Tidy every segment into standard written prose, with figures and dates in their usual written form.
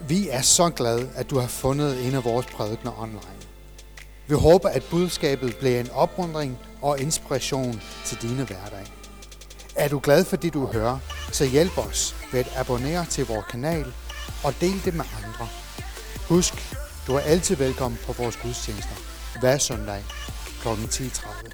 Vi er så glade, at du har fundet en af vores prædikener online. Vi håber, at budskabet bliver en opmuntring og inspiration til dine hverdage. Er du glad for det, du hører, så hjælp os ved at abonnere til vores kanal og del det med andre. Husk, du er altid velkommen på vores gudstjenester hver søndag kl. 10:30.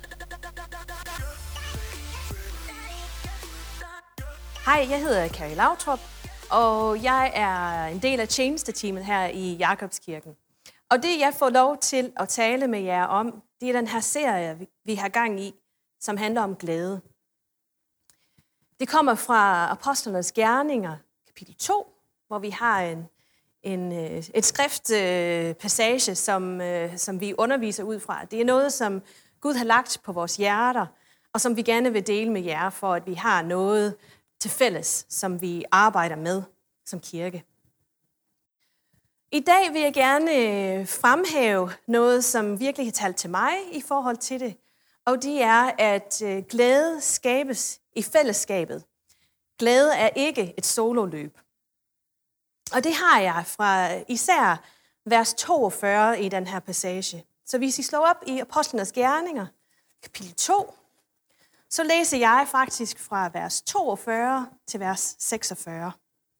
Hej, jeg hedder Kari Lautrup, og jeg er en del af tjenesteteamet her i Jakobskirken. Og det, jeg får lov til at tale med jer om, det er den her serie, vi har gang i, som handler om glæde. Det kommer fra Apostlenes Gerninger, kapitel 2, hvor vi har et skriftpassage, som vi underviser ud fra. Det er noget, som Gud har lagt på vores hjerter, og som vi gerne vil dele med jer, for at vi har noget til fælles, som vi arbejder med som kirke. I dag vil jeg gerne fremhæve noget, som virkelig har talt til mig i forhold til det, og det er, at glæde skabes i fællesskabet. Glæde er ikke et sololøb. Og det har jeg fra især vers 42 i den her passage. Så hvis I slår op i Apostlenes Gerninger, kapitel 2, så læser jeg faktisk fra vers 42 til vers 46.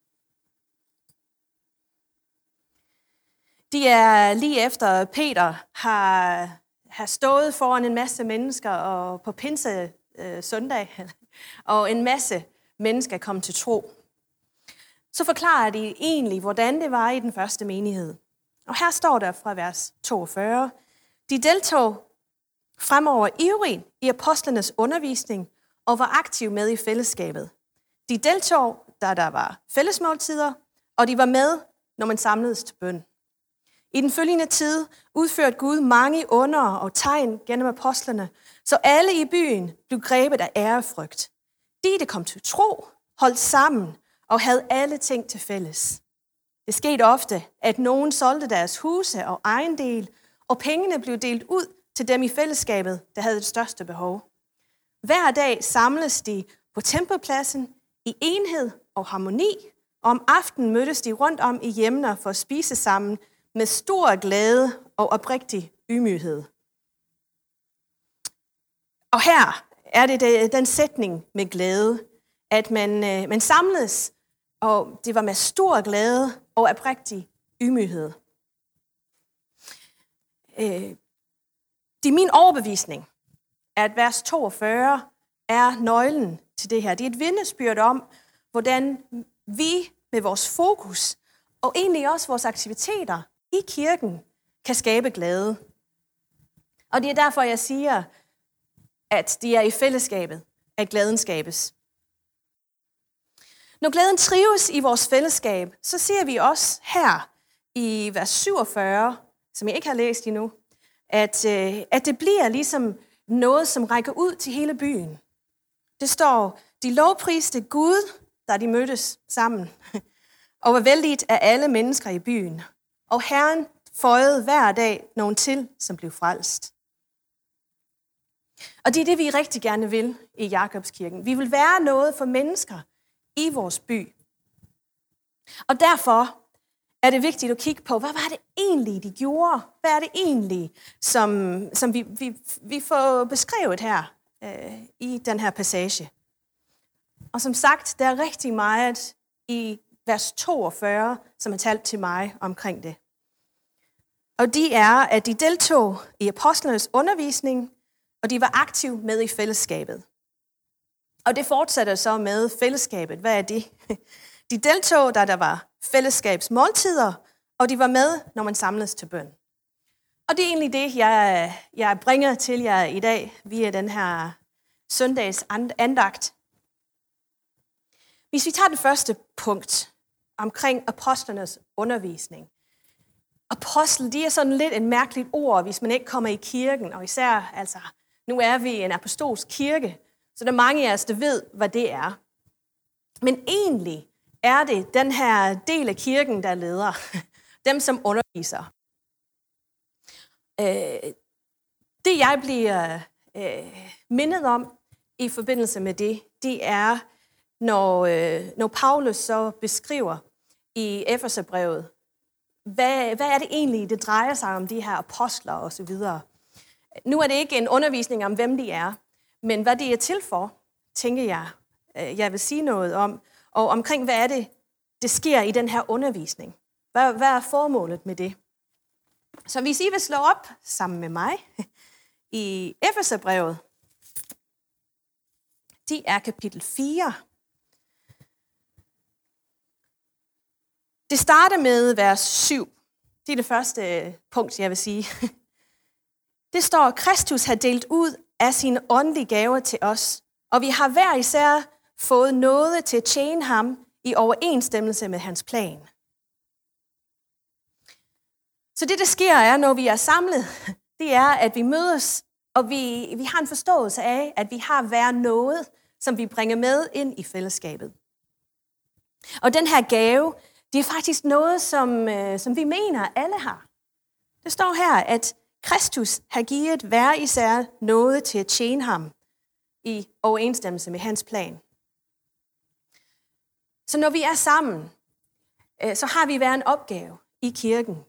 De er lige efter Peter har stået foran en masse mennesker og på pinse søndag, og en masse mennesker kom til tro. Så forklarer de egentlig, hvordan det var i den første menighed. Og her står der fra vers 42. De deltog fremover ivrigt i apostlenes undervisning og var aktive med i fællesskabet. De deltog, da der var fællesmåltider, og de var med, når man samledes til bøn. I den følgende tid udførte Gud mange under og tegn gennem apostlene, så alle i byen blev grebet af ærefrygt. De kom til tro, holdt sammen og havde alle ting til fælles. Det skete ofte, at nogen solgte deres huse og ejendel, og pengene blev delt ud til dem i fællesskabet, der havde det største behov. Hver dag samles de på tempelpladsen i enhed og harmoni, og om aftenen mødtes de rundt om i hjemmer for at spise sammen med stor glæde og oprigtig ydmyghed. Og her er det den sætning med glæde, at man samledes, og det var med stor glæde og oprigtig ydmyghed. Det er min overbevisning, at vers 42 er nøglen til det her. Det er et vidnesbyrd om, hvordan vi med vores fokus og egentlig også vores aktiviteter i kirken kan skabe glæde. Og det er derfor, jeg siger, at det er i fællesskabet, at glæden skabes. Når glæden trives i vores fællesskab, så ser vi også her i vers 47, som jeg ikke har læst endnu, at det bliver ligesom noget, som rækker ud til hele byen. Det står, de lovpriste Gud, da de mødtes sammen, og var vældigt af alle mennesker i byen. Og Herren føjede hver dag nogen til, som blev frelst. Og det er det, vi rigtig gerne vil i Jakobskirken. Vi vil være noget for mennesker i vores by. Og derfor er det vigtigt at kigge på, hvad var det egentlig, de gjorde? Hvad er det egentlig, som vi får beskrevet her i den her passage? Og som sagt, der er rigtig meget i vers 42, som er talt til mig omkring det. Og de er, at de deltog i apostlenes undervisning, og de var aktive med i fællesskabet. Og det fortsætter så med fællesskabet. Hvad er det? De deltog, da der var fællesskabsmåltider, og de var med, når man samledes til bøn. Og det er egentlig det, jeg bringer til jer i dag via den her søndags andagt. Hvis vi tager det første punkt omkring apostlenes undervisning. Apostel, det er sådan lidt et mærkeligt ord, hvis man ikke kommer i kirken, og især, altså, nu er vi en apostolsk kirke, så der er mange af os, der ved, hvad det er. Men egentlig er det den her del af kirken, der leder, dem som underviser. Det jeg bliver mindet om i forbindelse med det er, når Paulus så beskriver i Efeserbrevet hvad er det egentlig, det drejer sig om, de her apostler og så videre. Nu er det ikke en undervisning om, hvem de er, men hvad de er til for, tænker jeg vil sige noget om, og omkring, hvad er det sker i den her undervisning. Hvad er formålet med det? Så hvis I vil slå op sammen med mig i Efeserbrevet, det er kapitel 4. Det starter med vers 7. Det er det første punkt, jeg vil sige. Det står, Kristus har delt ud af sine åndelige gaver til os, og vi har hver især fået noget til at tjene ham i overensstemmelse med hans plan. Så det sker er, når vi er samlet, det er, at vi mødes, og vi har en forståelse af, at vi har hver noget, som vi bringer med ind i fællesskabet. Og den her gave, det er faktisk noget, som vi mener, alle har. Det står her, at Kristus har givet hver især noget til at tjene ham i overensstemmelse med hans plan. Så når vi er sammen, så har vi hver en opgave i kirken.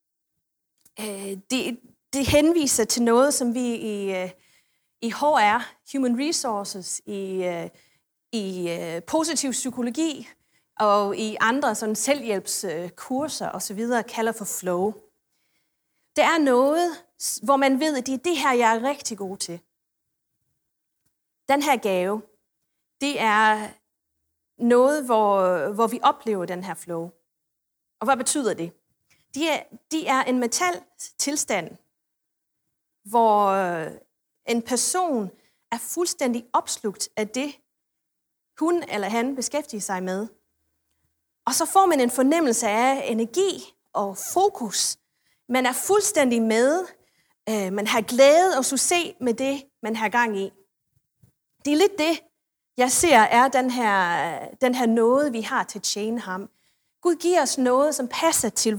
Det henviser til noget, som vi i HR, Human Resources, i positiv psykologi og i andre sådan selvhjælpskurser osv. kalder for flow. Det er noget, hvor man ved, at det er det her, jeg er rigtig god til. Den her gave, det er noget, hvor vi oplever den her flow. Og hvad betyder det? De er en mental tilstand, hvor en person er fuldstændig opslugt af det, hun eller han beskæftiger sig med. Og så får man en fornemmelse af energi og fokus. Man er fuldstændig med. Man har glæde og succes med det, man har gang i. Det er lidt det, jeg ser er den her nåde, vi har til at tjene ham. Gud giver os noget, som passer til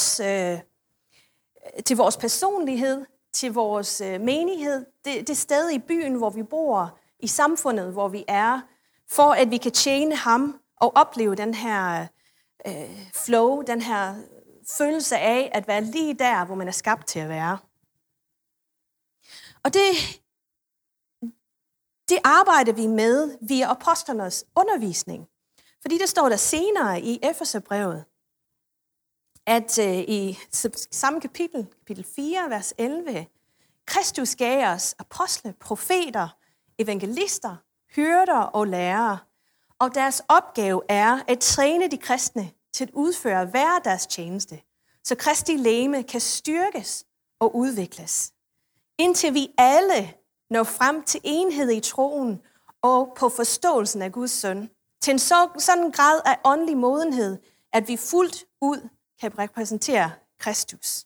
vores personlighed, til vores menighed, det sted i byen, hvor vi bor, i samfundet, hvor vi er, for at vi kan tjene ham og opleve den her flow, den her følelse af at være lige der, hvor man er skabt til at være. Og det arbejder vi med via apostlernes undervisning. Fordi det står der senere i Efeserbrevet, at i samme kapitel 4, vers 11, Kristus gav os apostle, profeter, evangelister, hyrder og lærere, og deres opgave er at træne de kristne til at udføre hver deres tjeneste, så Kristi legeme kan styrkes og udvikles, indtil vi alle når frem til enhed i troen og på forståelsen af Guds søn, til en sådan grad af åndelig modenhed, at vi fuldt ud kan repræsentere Kristus.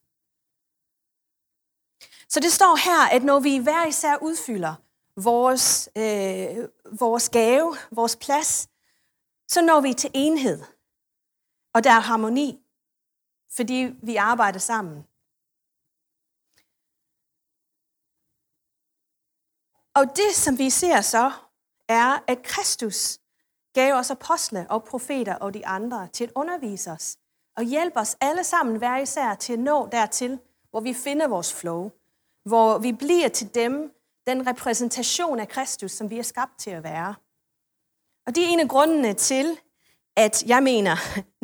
Så det står her, at når vi hver især udfylder vores gave, vores plads, så når vi til enhed. Og der er harmoni, fordi vi arbejder sammen. Og det, som vi ser så, er, at Kristus gav os apostle og profeter og de andre til at undervise os og hjælpe os alle sammen hver især til at nå dertil, hvor vi finder vores flow, hvor vi bliver til dem, den repræsentation af Kristus, som vi er skabt til at være. Og det er en af grundene til, at jeg mener,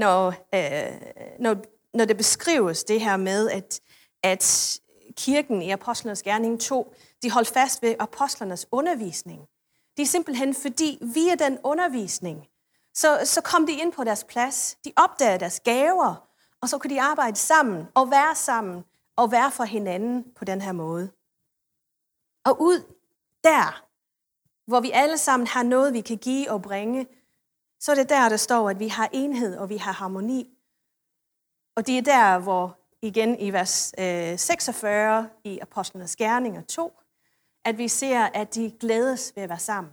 når det beskrives det her med, at kirken i Apostlenes Gerning 2, de holdt fast ved apostlernes undervisning. Det er simpelthen fordi, via den undervisning, så kom de ind på deres plads, de opdagede deres gaver, og så kunne de arbejde sammen og være for hinanden på den her måde. Og ud der, hvor vi alle sammen har noget, vi kan give og bringe, så er det der står, at vi har enhed og vi har harmoni. Og det er der, hvor igen i vers 46 i Apostlenes Gerninger 2, at vi ser, at de glædes ved at være sammen.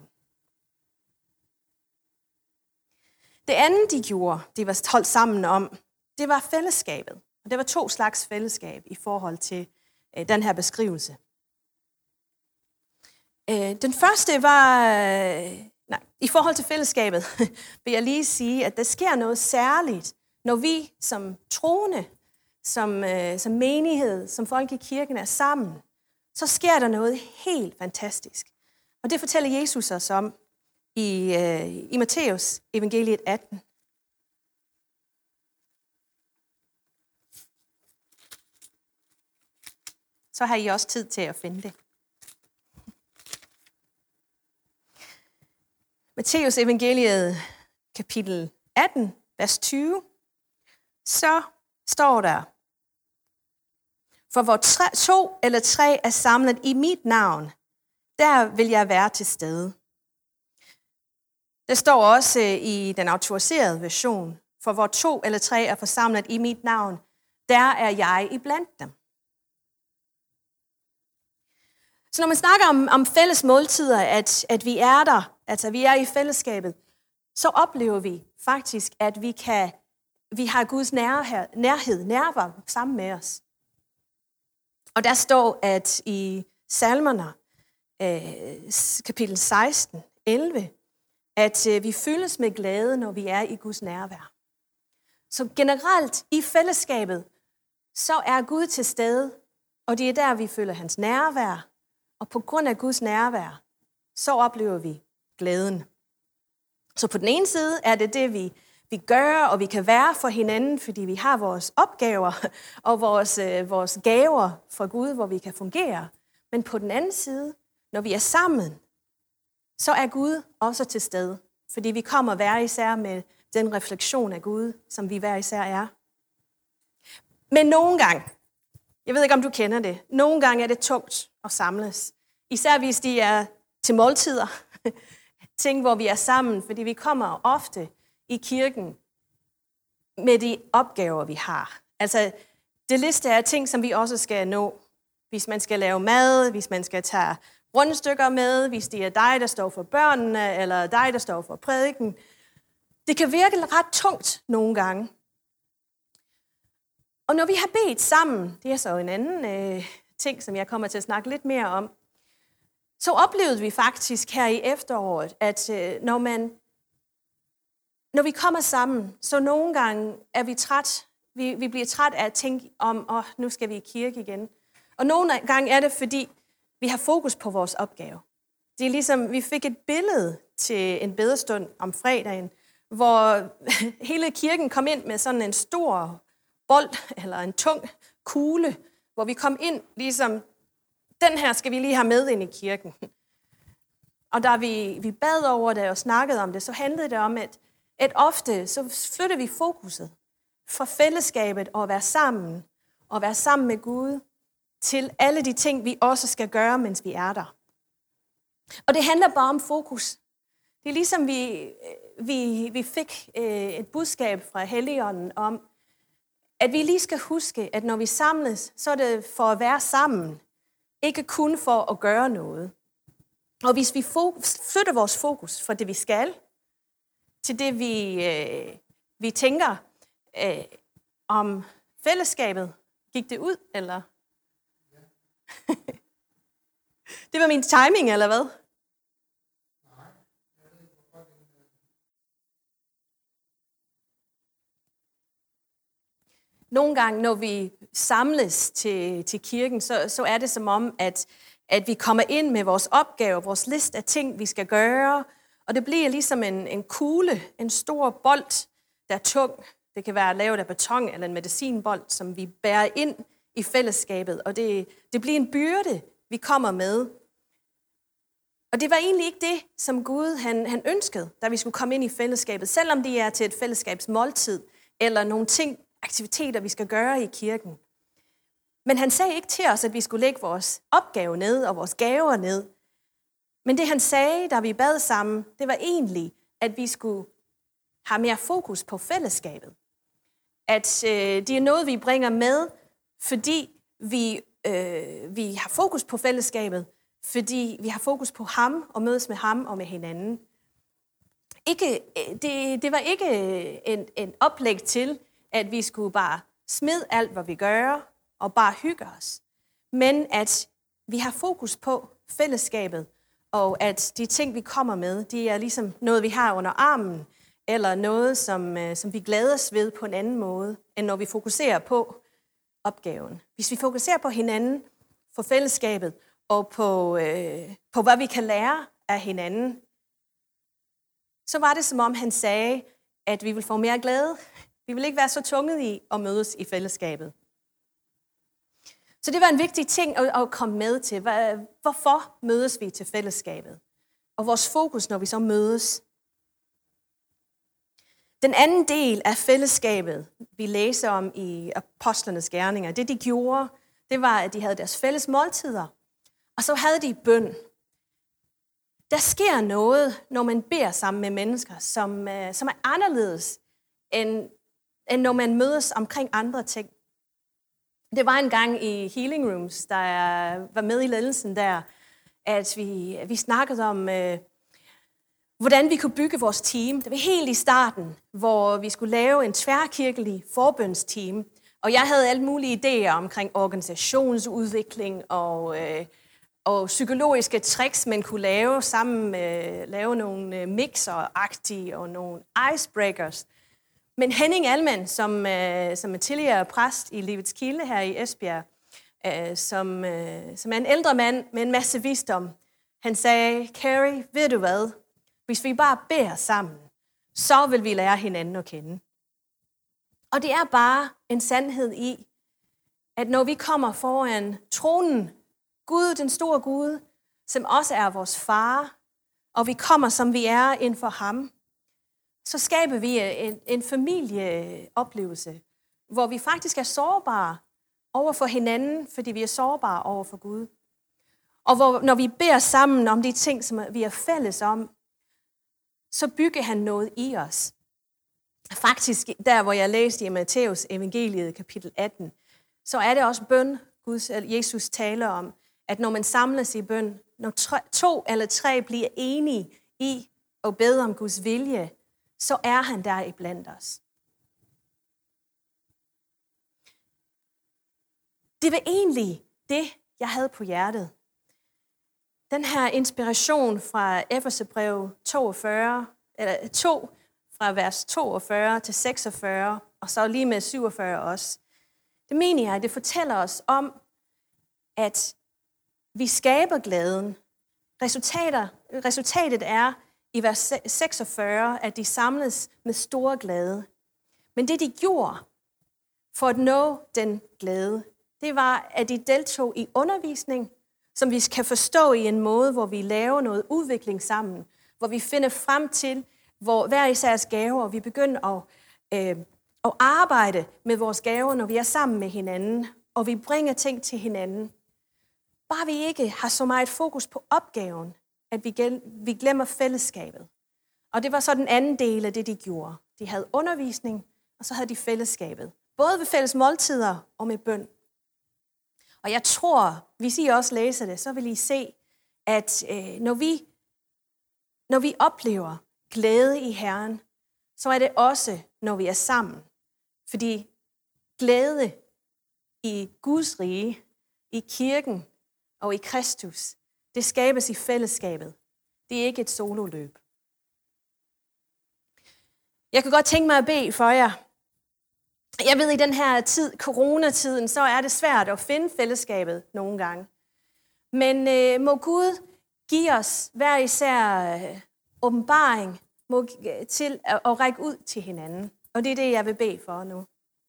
Det andet, de gjorde, de var holdt sammen om, det var fællesskabet. Og det var 2 slags fællesskab i forhold til den her beskrivelse. Den første var, i forhold til fællesskabet, vil jeg lige sige, at der sker noget særligt, når vi som troende som menighed, som folk i kirken er sammen, så sker der noget helt fantastisk. Og det fortæller Jesus os om i Matthæus evangeliet 18. Så har I også tid til at finde det. Matthæus evangeliet kapitel 18, vers 20. Så står der: For hvor 2 eller 3 er samlet i mit navn, der vil jeg være til stede. Det står også i den autoriserede version: For hvor 2 eller 3 er forsamlet i mit navn, der er jeg iblandt dem. Så når man snakker om fælles måltider, at vi er der, altså vi er i fællesskabet, så oplever vi faktisk, at vi har Guds nærvær sammen med os. Og der står, at i salmerne, kapitel 16, 11, at vi fyldes med glæde, når vi er i Guds nærvær. Så generelt i fællesskabet, så er Gud til stede, og det er der, vi føler hans nærvær. Og på grund af Guds nærvær, så oplever vi glæden. Så på den ene side er det, vi gør, og vi kan være for hinanden, fordi vi har vores opgaver og vores gaver fra Gud, hvor vi kan fungere. Men på den anden side, når vi er sammen, så er Gud også til stede. Fordi vi kommer hver især med den refleksion af Gud, som vi hver især er. Men nogle gange, jeg ved ikke om du kender det, nogle gange er det tungt at samles. Især hvis de er til måltider. Ting, hvor vi er sammen, fordi vi kommer ofte i kirken med de opgaver, vi har. Altså, det liste er ting, som vi også skal nå. Hvis man skal lave mad, hvis man skal tage rundstykker med, hvis det er dig, der står for børnene, eller dig, der står for prædiken. Det kan virke ret tungt nogle gange. Og når vi har bedt sammen, det er så en anden ting, som jeg kommer til at snakke lidt mere om, så oplevede vi faktisk her i efteråret, at når vi kommer sammen, så nogle gange er vi træt. Vi bliver træt af at tænke om, nu skal vi i kirke igen. Og nogle gange er det, fordi vi har fokus på vores opgave. Det er ligesom, vi fik et billede til en bedestund om fredagen, hvor hele kirken kom ind med sådan en stor bold, eller en tung kugle, hvor vi kom ind ligesom, den her skal vi lige have med ind i kirken. Og da vi bad over det og snakkede om det, så handlede det om, at ofte så flytter vi fokuset fra fællesskabet og være sammen med Gud, til alle de ting, vi også skal gøre, mens vi er der. Og det handler bare om fokus. Det er ligesom, vi fik et budskab fra Helligånden om, at vi lige skal huske, at når vi samles, så er det for at være sammen, ikke kun for at gøre noget. Og hvis vi flytter vores fokus fra det, vi skal, til det, vi tænker om fællesskabet, gik det ud, eller? Det var min timing, eller hvad? Nogle gange, når vi samles til kirken, så er det som om, at vi kommer ind med vores opgaver, vores liste af ting, vi skal gøre, og det bliver ligesom en kugle, en stor bold, der er tung. Det kan være lavet af beton eller en medicinbold, som vi bærer ind i fællesskabet, og det bliver en byrde, vi kommer med. Og det var egentlig ikke det, som Gud han ønskede, da vi skulle komme ind i fællesskabet, selvom det er til et fællesskabsmåltid, eller nogle ting, aktiviteter, vi skal gøre i kirken. Men han sagde ikke til os, at vi skulle lægge vores opgave ned og vores gaver ned. Men det han sagde, da vi bad sammen, det var egentlig, at vi skulle have mere fokus på fællesskabet. At det er noget, vi bringer med, fordi vi har fokus på fællesskabet, fordi vi har fokus på ham og mødes med ham og med hinanden. Det var ikke en oplæg til, at vi skulle bare smide alt, hvad vi gør, og bare hygge os. Men at vi har fokus på fællesskabet, og at de ting, vi kommer med, de er ligesom noget, vi har under armen, eller noget, som vi glæder os ved på en anden måde, end når vi fokuserer på, opgaven, hvis vi fokuserer på hinanden, på fællesskabet og på hvad vi kan lære af hinanden, så var det som om han sagde, at vi vil få mere glæde. Vi vil ikke være så tunget i at mødes i fællesskabet. Så det var en vigtig ting at komme med til. Hvorfor mødes vi til fællesskabet? Og vores fokus, når vi så mødes. Den anden del af fællesskabet, vi læser om i apostlenes gerninger, det de gjorde, det var, at de havde deres fælles måltider. Og så havde de bøn. Der sker noget, når man beder sammen med mennesker, som er anderledes, end når man mødes omkring andre ting. Det var en gang i Healing Rooms, der var med i ledelsen der, at vi snakkede om, hvordan vi kunne bygge vores team. Det var helt i starten, hvor vi skulle lave en tværkirkelig forbønsteam. Og jeg havde alle mulige idéer omkring organisationsudvikling og psykologiske tricks, man kunne lave sammen med lave nogle mixer-agtige og nogle icebreakers. Men Henning Alman, som er tidligere præst i Livets Kilde her i Esbjerg, som er en ældre mand med en masse visdom, han sagde, Carrie, ved du hvad? Hvis vi bare beder sammen, så vil vi lære hinanden at kende. Og det er bare en sandhed i, at når vi kommer foran tronen, Gud, den store Gud, som også er vores far, og vi kommer, som vi er, ind for ham, så skaber vi en familieoplevelse, hvor vi faktisk er sårbare over for hinanden, fordi vi er sårbare over for Gud. Og når vi beder sammen om de ting, som vi er fælles om, så bygger han noget i os. Faktisk, der hvor jeg læste i Matthæus evangeliet kapitel 18, så er det også bøn, Jesus taler om, at når man samles i bøn, når 2 eller 3 bliver enige i at bede om Guds vilje, så er han der iblandt os. Det var egentlig det, jeg havde på hjertet. Den her inspiration fra Efeserbrevet 2, fra vers 42 til 46, og så lige med 47 også. Det mener jeg, at det fortæller os om, at vi skaber glæden. Resultatet er i vers 46, at de samles med stor glæde. Men det de gjorde for at nå den glæde, det var, at de deltog i undervisning, som vi kan forstå i en måde, hvor vi laver noget udvikling sammen, hvor vi finder frem til, hvor hver isærs gaver, og vi begynder at arbejde med vores gaver, når vi er sammen med hinanden, og vi bringer ting til hinanden. Bare vi ikke har så meget fokus på opgaven, at vi glemmer fællesskabet. Og det var så den anden del af det, de gjorde. De havde undervisning, og så havde de fællesskabet. Både ved fælles måltider og med bøn. Og jeg tror, hvis I også læser det, så vil I se, at når vi oplever glæde i Herren, så er det også, når vi er sammen. Fordi glæde i Guds rige, i kirken og i Kristus, det skabes i fællesskabet. Det er ikke et sololøb. Jeg kan godt tænke mig at bede for jer. Jeg ved, i den her tid, coronatiden, så er det svært at finde fællesskabet nogle gange. Men må Gud give os hver især åbenbaring til at række ud til hinanden. Og det er det, jeg vil bede for nu.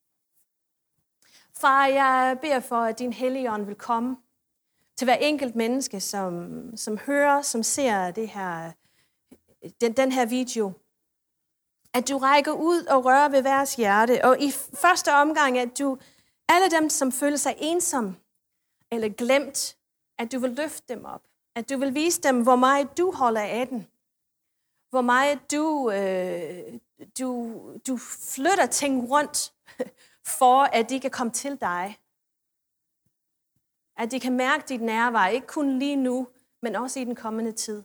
Far, jeg beder for, at din Helligånd vil komme til hver enkelt menneske, som hører, som ser den her video. At du rækker ud og rører ved deres hjerte. Og i første omgang, at du, alle dem, som føler sig ensom eller glemt, at du vil løfte dem op. At du vil vise dem, hvor meget du holder af den. Hvor meget du flytter ting rundt, for at de kan komme til dig. At de kan mærke dit nærvær, ikke kun lige nu, men også i den kommende tid.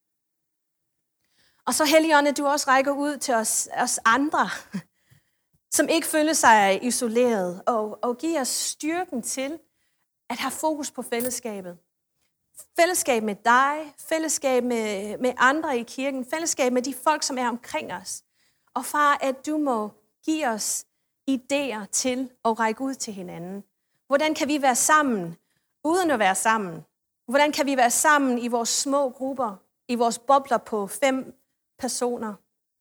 Og så Helligånd, at du også rækker ud til os andre, som ikke føler sig isoleret, og giver os styrken til at have fokus på fællesskabet. Fællesskab med dig, fællesskab med andre i kirken, fællesskab med de folk, som er omkring os. Og far, at du må give os idéer til at række ud til hinanden. Hvordan kan vi være sammen, uden at være sammen? Hvordan kan vi være sammen i vores små grupper, i vores bobler på 5 personer?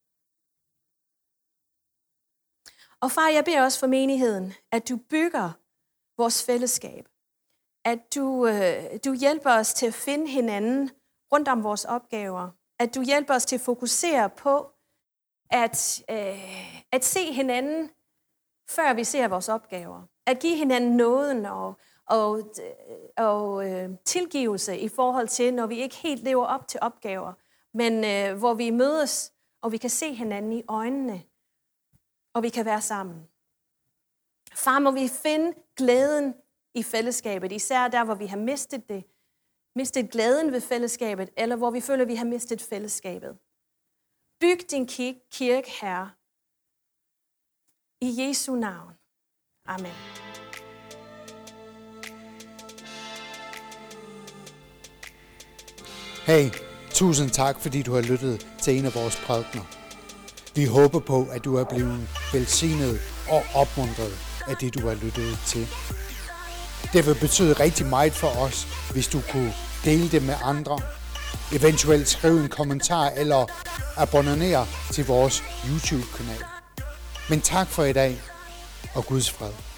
Og far, jeg beder også for menigheden, at du bygger vores fællesskab. At du hjælper os til at finde hinanden rundt om vores opgaver. At du hjælper os til at fokusere på at se hinanden, før vi ser vores opgaver. At give hinanden nåden og tilgivelse i forhold til, når vi ikke helt lever op til opgaver, men hvor vi mødes, og vi kan se hinanden i øjnene, og vi kan være sammen. Far, må vi finde glæden i fællesskabet, især der, hvor vi har mistet glæden ved fællesskabet, eller hvor vi føler, at vi har mistet fællesskabet. Byg din kirke, Herre, i Jesu navn. Amen. Hey, tusind tak, fordi du har lyttet til en af vores prædikener. Vi håber på, at du er blevet velsignet og opmuntret af det, du har lyttet til. Det vil betyde rigtig meget for os, hvis du kunne dele det med andre. Eventuelt skrive en kommentar eller abonnere til vores YouTube-kanal. Men tak for i dag, og Guds fred.